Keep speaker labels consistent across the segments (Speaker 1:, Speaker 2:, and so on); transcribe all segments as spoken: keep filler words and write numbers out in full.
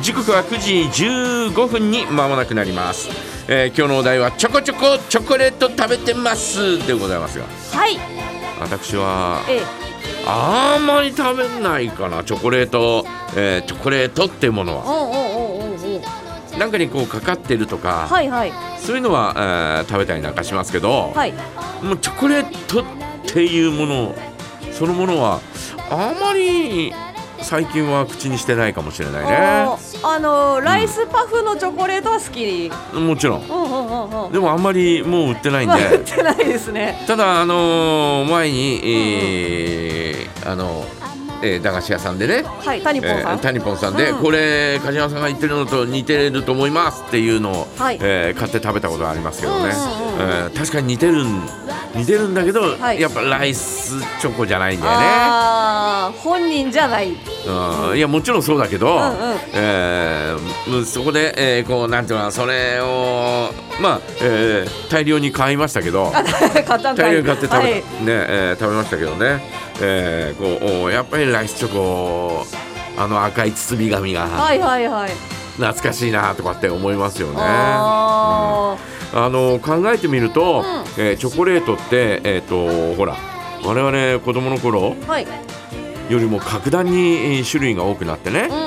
Speaker 1: 時刻はくじじゅうごふんに間もなくなります、えー、今日のお題はちょこちょこチョコレート食べてますでございますが、
Speaker 2: はい、
Speaker 1: 私は、
Speaker 2: ええ、
Speaker 1: あんまり食べないかなチョコレート、えー、チョコレートっていうものは。
Speaker 2: おうおうおうおうおう、
Speaker 1: なんかにこうかかってるとか、
Speaker 2: はいはい、
Speaker 1: そういうのは、えー、食べたりなんかしますけど、
Speaker 2: はい、
Speaker 1: もうチョコレートっていうものそのものはあまり最近は口にしてないかもしれないね。
Speaker 2: ああのライスパフのチョコレートは好き、
Speaker 1: うん、もちろん、
Speaker 2: うんうんうんうん、
Speaker 1: でもあんまりもう売ってないんで、
Speaker 2: まあ、売ってないですね。
Speaker 1: ただあのー、前に、えー、あのえー、駄菓子屋さんでね、
Speaker 2: はい、タニポンさん、
Speaker 1: えー、タニポンさんで、
Speaker 2: うん、
Speaker 1: これ梶山さんが言ってるのと似てると思いますっていうのを、
Speaker 2: はい、
Speaker 1: えー、買って食べたことがありますけどね、うんうんうん、えー、確かに似てるん似てるんだけど、はい、やっぱライスチョコじゃないんだよね。
Speaker 2: あ本人じゃない、
Speaker 1: うん、いやもちろんそうだけど、うんうん、えー、そこで、えー、こうなんていうのそれをまあ、えー、大量に買いましたけど大量に買って食べた、はい、ねえー、食べましたけどね、えー、こうやっぱりライスチョコあの赤い包み紙が、
Speaker 2: はいはいはい、
Speaker 1: 懐かしいなとかって思いますよね。あ、うん、あの考えてみると、うん、えー、チョコレートって、えー、とほら我々子供の頃、はい、よりも格段に種類が多くなってね、うんうん、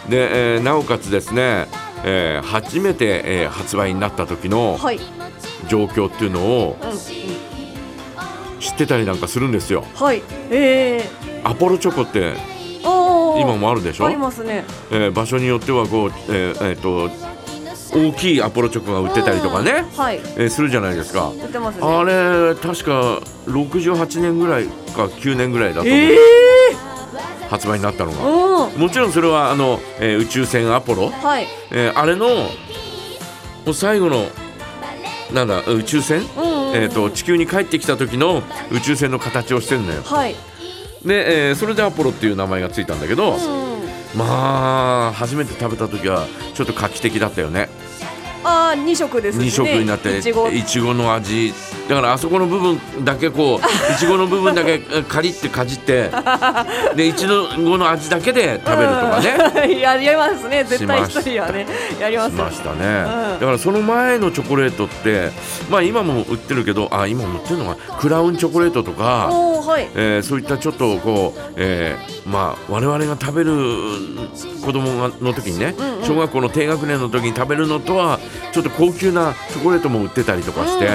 Speaker 1: で、えー、なおかつですね、えー、初めて、えー、発売になった時の状況っていうのを知ってたりなんかするんですよ。はい、えー、アポロチョコって今もあるでしょ。
Speaker 2: ありますね、
Speaker 1: えー、場所によってはこう、えーえー、と大きいアポロチョコが売ってたりとかね、はい、えー、するじゃないですか。売ってますね。あれ確かろくじゅうはちねんぐらいかきゅうねんぐらいだと思う、えー、発売になったのが、もちろんそれはあの、えー、宇宙船アポロ、はい、えー、あれのもう最後のなんだ宇宙船、うんうんうん、えー、と地球に帰ってきた時の宇宙船の形をしてるんだよ、はい、で、えー、それでアポロっていう名前がついたんだけど、うん、まあ初めて食べた時はちょっと画期的だったよね。
Speaker 2: あに色ですね。
Speaker 1: に色になっていちご、いちごの味だからあそこの部分だけこういちごの部分だけカリってかじってでいちごの味だけで食べるとかね、
Speaker 2: うん、やりますね絶対一人はねやります
Speaker 1: しましたね、うん、だからその前のチョコレートってまあ今も売ってるけどあ今も売ってるのがクラウンチョコレートとか、はい、えー、そういったちょっとこう、えー、まあ我々が食べる子供の時にね、うんうん、小学校の低学年の時に食べるのとはちょっと高級なチョコレートも売ってたりとかして、うんうん、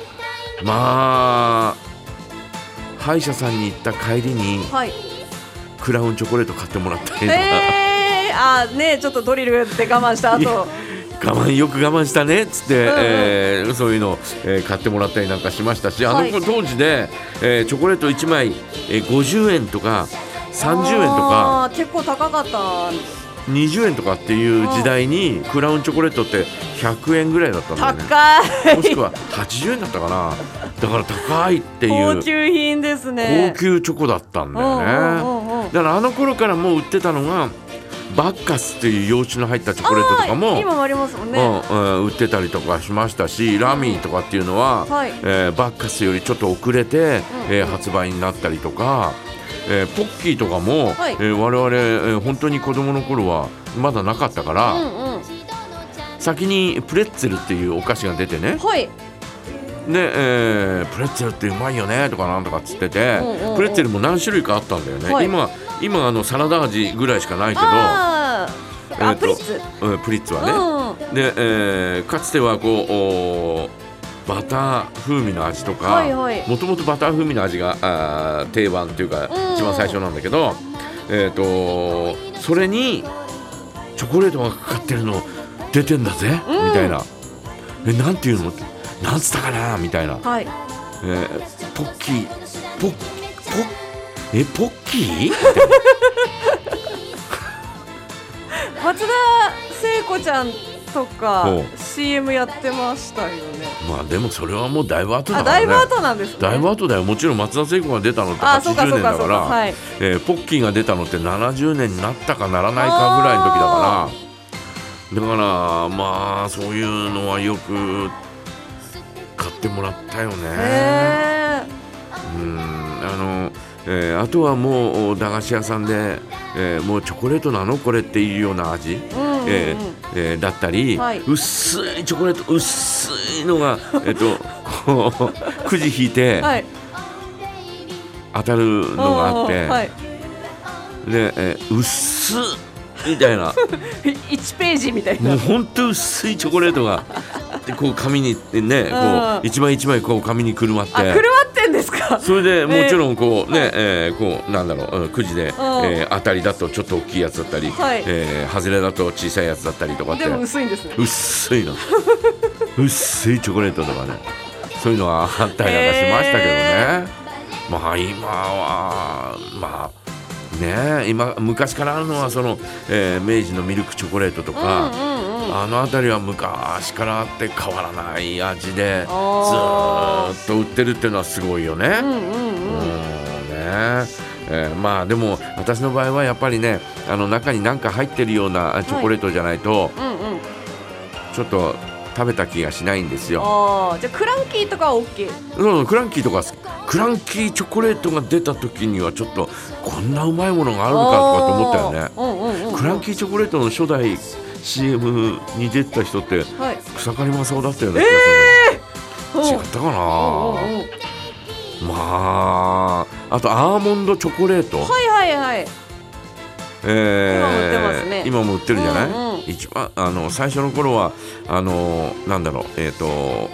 Speaker 1: まあ歯医者さんに行った帰りに、はい、クラウンチョコレート買ってもらったりとか、
Speaker 2: えー、あねちょっとドリルで我慢した後
Speaker 1: 我慢よく我慢したねっつって、うんうん、えー、そういうのを、えー、買ってもらったりなんかしましたし、はい、あの当時で、えー、チョコレートいちまい、えー、ごじゅうえんとかさんじゅうえんとか
Speaker 2: 結構高かった
Speaker 1: にじゅうえんとかっていう時代にクラウンチョコレートってひゃくえんぐらいだったんだよね。
Speaker 2: 高い
Speaker 1: もしくははちじゅうえんだったかな。だから高いっていう
Speaker 2: 高級品ですね。
Speaker 1: 高級チョコだったんだよね。だからあの頃からもう売ってたのがバッカスっていう洋酒の入ったチョコレートとかも
Speaker 2: 今もありますもんね、
Speaker 1: うんうん、売ってたりとかしましたし、ラミーとかっていうのは、はい、えー、バッカスよりちょっと遅れて、うんうん、えー、発売になったりとか、えー、ポッキーとかも、はい、えー、我々、えー、本当に子供の頃はまだなかったから、うんうん、先にプレッツェルっていうお菓子が出てね、はい、で、えー、プレッツェルってうまいよねとかなんとかっつってて、うんうんうん、プレッツェルも何種類かあったんだよね、はい、今, 今あのサラダ味ぐらいしかないけど、
Speaker 2: あ、えー、プリッツ、
Speaker 1: うん、プリッツはね、うん、で、えー、かつてはこうバター風味の味とか、もともとバター風味の味があ定番っていうか、うん、一番最初なんだけど、えーと、それにチョコレートがかかってるの出てんだぜ、うん、みたいな、えなんていうのなんつったかなみたいな、はい、えー、ポッキーポッポッえポッキー
Speaker 2: 松田聖子ちゃんとか シーエム やってましたよね。
Speaker 1: まあでもそれはもうだいぶ後だからね。
Speaker 2: だいぶ後なんですね。
Speaker 1: だいぶ後だよ。もちろん松田聖子が出たのってはちじゅうねんだから、はい、えー、ポッキーが出たのってななじゅうねんになったかならないかぐらいの時だから、だからまあそういうのはよく買ってもらったよね。へー、うん、あの、えー、あとはもう駄菓子屋さんでえー、もうチョコレートなのこれっていうような味、うんうんうんえーえー、だったり、はい、薄いチョコレート薄いのが、えー、とこうくじ引いて、はい、当たるのがあって、はい、で、えー、薄っみたいない
Speaker 2: ちページみたいな
Speaker 1: もう本当薄いチョコレートがでこう紙にねこう一枚一枚こう紙にくるまって
Speaker 2: あくるまってんですか。
Speaker 1: それでもちろんこうね、えー、こうなんだろうくじで、えー、当たりだとちょっと大きいやつだったり、はいえー、外れだと小さいやつだったりとかって
Speaker 2: でも薄いんですね。
Speaker 1: 薄いの薄いチョコレートとかねそういうのがあったりなんかしましたけどね、えー、まあ今はまあね、今昔からあるのはその、えー、明治のミルクチョコレートとか、うんうんうん、あのあたりは昔からあって変わらない味でずっと売ってるっていうのはすごいよね。うんうんうんうんねえー、まあでも私の場合はやっぱりねあの中に何か入ってるようなチョコレートじゃないと、はいうんうん、ちょっと食べた気がしないんですよ。
Speaker 2: あじゃあクランキーとかは OK。
Speaker 1: そうクランキーとかクランキーチョコレートが出た時にはちょっとこんなうまいものがあるのかとかと思ったよね、うんうんうんうん、クランキーチョコレートの初代 シーエム に出てた人って、はい、草刈正雄だったよね、えー、違ったかな、うんうんうん、まああとアーモンドチョコレート
Speaker 2: はいはいはい
Speaker 1: えー、今も売ってますね。今も売ってるじゃない、うんうん、一番あの最初の頃はあのなんだろうえっ、ー、と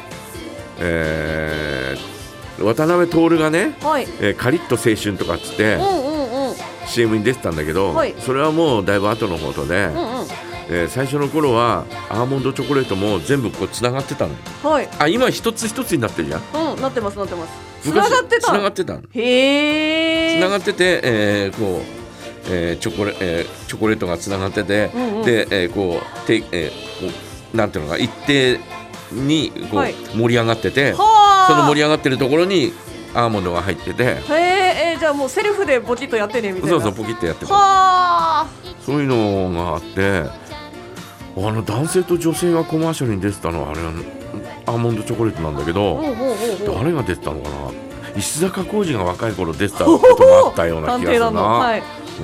Speaker 1: えー、渡辺徹がね、はいえー、カリッと青春とかっつって、うんうんうん、シーエム に出てたんだけど、はい、それはもうだいぶ後のことで、うんうんえー、最初の頃はアーモンドチョコレートも全部こうつながってたの、はい、あ今一つ一つになってるじゃん、
Speaker 2: うん、なってますなってますつながってた
Speaker 1: つながってたの
Speaker 2: へー
Speaker 1: つながってて、えー、こうえー、チョコレ、えー、チョコレートがつながってて、うんうん、で、えー、こうて、えー、こうなんていうのか一定にこう、はい、盛り上がっててその盛り上がってるところにアーモンドが入っててへー、
Speaker 2: えー、じゃあもうセルフでポキッとやってねみたいな
Speaker 1: そうそうポキッとやってはそういうのがあってあの男性と女性がコマーシャルに出てたのはあれはアーモンドチョコレートなんだけど、うんうんうんうん、誰が出てたのかな石坂浩二が若い頃出てたこともあったような気がするな、はいうん、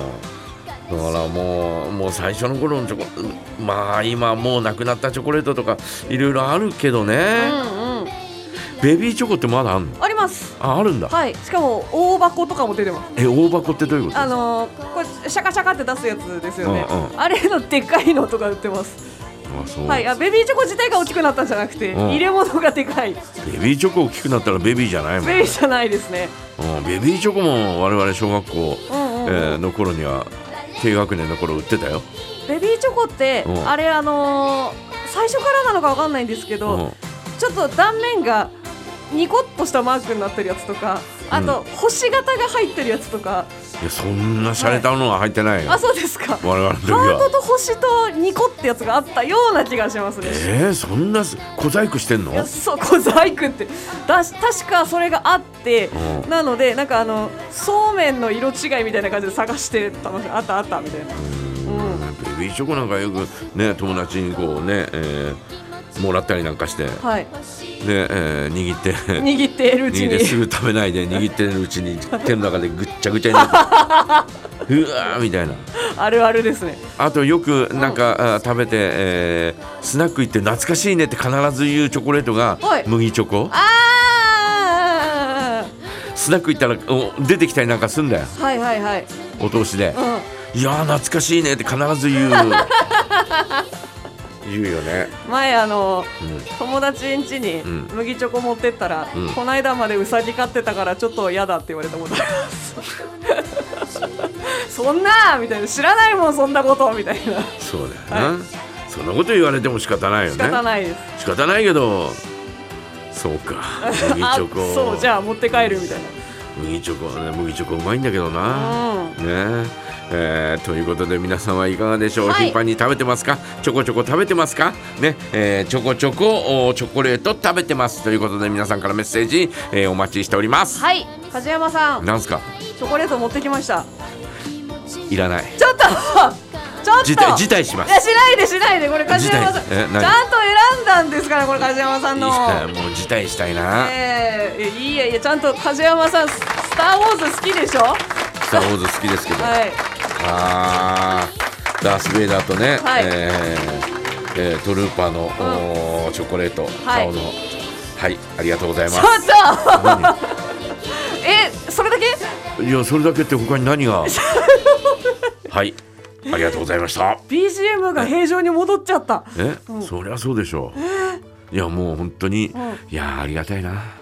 Speaker 1: だからもう、もう最初の頃のチョコまあ今もうなくなったチョコレートとかいろいろあるけどね、うんうん、ベビーチョコってまだあるの？
Speaker 2: あります。
Speaker 1: あ、あるんだ。
Speaker 2: はい。しかも大箱とかも出てます。
Speaker 1: え、大箱ってどういうこと？
Speaker 2: あのー、これシャカシャカって出すやつですよね、うんうん、あれのでかいのとか売ってます。
Speaker 1: あ、そう。
Speaker 2: はい、あベビーチョコ自体が大きくなったんじゃなくて、うん、入れ物がでかい。ベ
Speaker 1: ビーチョコ大きくなったらベビーじゃないもん、ね、
Speaker 2: ベビーじゃないですね、
Speaker 1: うん、ベビーチョコも我々小学校、うんうんえー、の頃には低学年の頃売ってたよ。
Speaker 2: ベビーチョコって、うん、あれあのー、最初からなのか分かんないんですけど、うん、ちょっと断面がニコッとしたマークになってるやつとか、あと、うん、星型が入ってるやつとか。
Speaker 1: いやそんな洒落たものが入ってないよ、
Speaker 2: はい、あそうですか。
Speaker 1: 我々の時は
Speaker 2: ハートと星とニコってやつがあったような気がしますね。
Speaker 1: えー、そんな小細工してんの？
Speaker 2: いやそう小細工ってだ確かそれがあって、うん、なのでなんかあのそうめんの色違いみたいな感じで探してたのあったあったみたいな。うん、
Speaker 1: ベビーチョコなんかよくね友達にこうね、えー、もらったりなんかして、はいでえー、握って
Speaker 2: 握ってるうちに
Speaker 1: 握ってすぐ食べないで握ってるうちに手の中でぐっちゃぐちゃになってうわーみたいな
Speaker 2: あるあるですね。
Speaker 1: あとよくなんか、うん、食べて、えー、スナック行って懐かしいねって必ず言うチョコレートが麦チョコ。
Speaker 2: あ
Speaker 1: スナック行ったら出てきたりなんかすんだよ。
Speaker 2: はいはいはい。
Speaker 1: お通しで、うん、いやー懐かしいねって必ず言う言うよね。
Speaker 2: 前あの、うん、友達ん家に麦チョコ持ってったら、うん、この間までウサギ飼ってたからちょっと嫌だって言われたことありますそんなみたいな知らないもんそんなことみたいな。
Speaker 1: そうだよな、はい、そんなこと言われても仕方ないよね。
Speaker 2: 仕方ないです。
Speaker 1: 仕方ないけどそうか麦チョコ
Speaker 2: そうじゃあ持って帰るみたいな。
Speaker 1: 麦チョコね麦チョコうまいんだけどな、うん、ねえー、ということで皆さんはいかがでしょう、はい、頻繁に食べてますか？ちょこちょこ食べてますかね、えー、ちょこちょこチョコレート食べてますということで皆さんからメッセージ、えー、お待ちしております。
Speaker 2: はい梶山さん
Speaker 1: なんすか？
Speaker 2: チョコレート持ってきました。
Speaker 1: いらない。
Speaker 2: ちょっとちょっと
Speaker 1: 辞退辞退します。
Speaker 2: いやしないでしないでこれ梶山さんちゃんと選んだんですからこれ梶山さんの。い
Speaker 1: やもう辞退したいな。
Speaker 2: えー、いやいやちゃんと梶山さんスターウォーズ好きでしょ？
Speaker 1: スター・ウォーズ好きですけど、
Speaker 2: はい、
Speaker 1: あダース・ベイダーとね、
Speaker 2: はい、
Speaker 1: えーえー、トルーパーの、うん、チョコレート、はい、顔のはいありがとうございます。
Speaker 2: えそれだけ？
Speaker 1: いやそれだけって他に何がはいありがとうございました。
Speaker 2: ビージーエム が平常に戻っちゃった。
Speaker 1: え、うん、そりゃそうでしょう、えー、いやもう本当に、うん、いやありがたいな。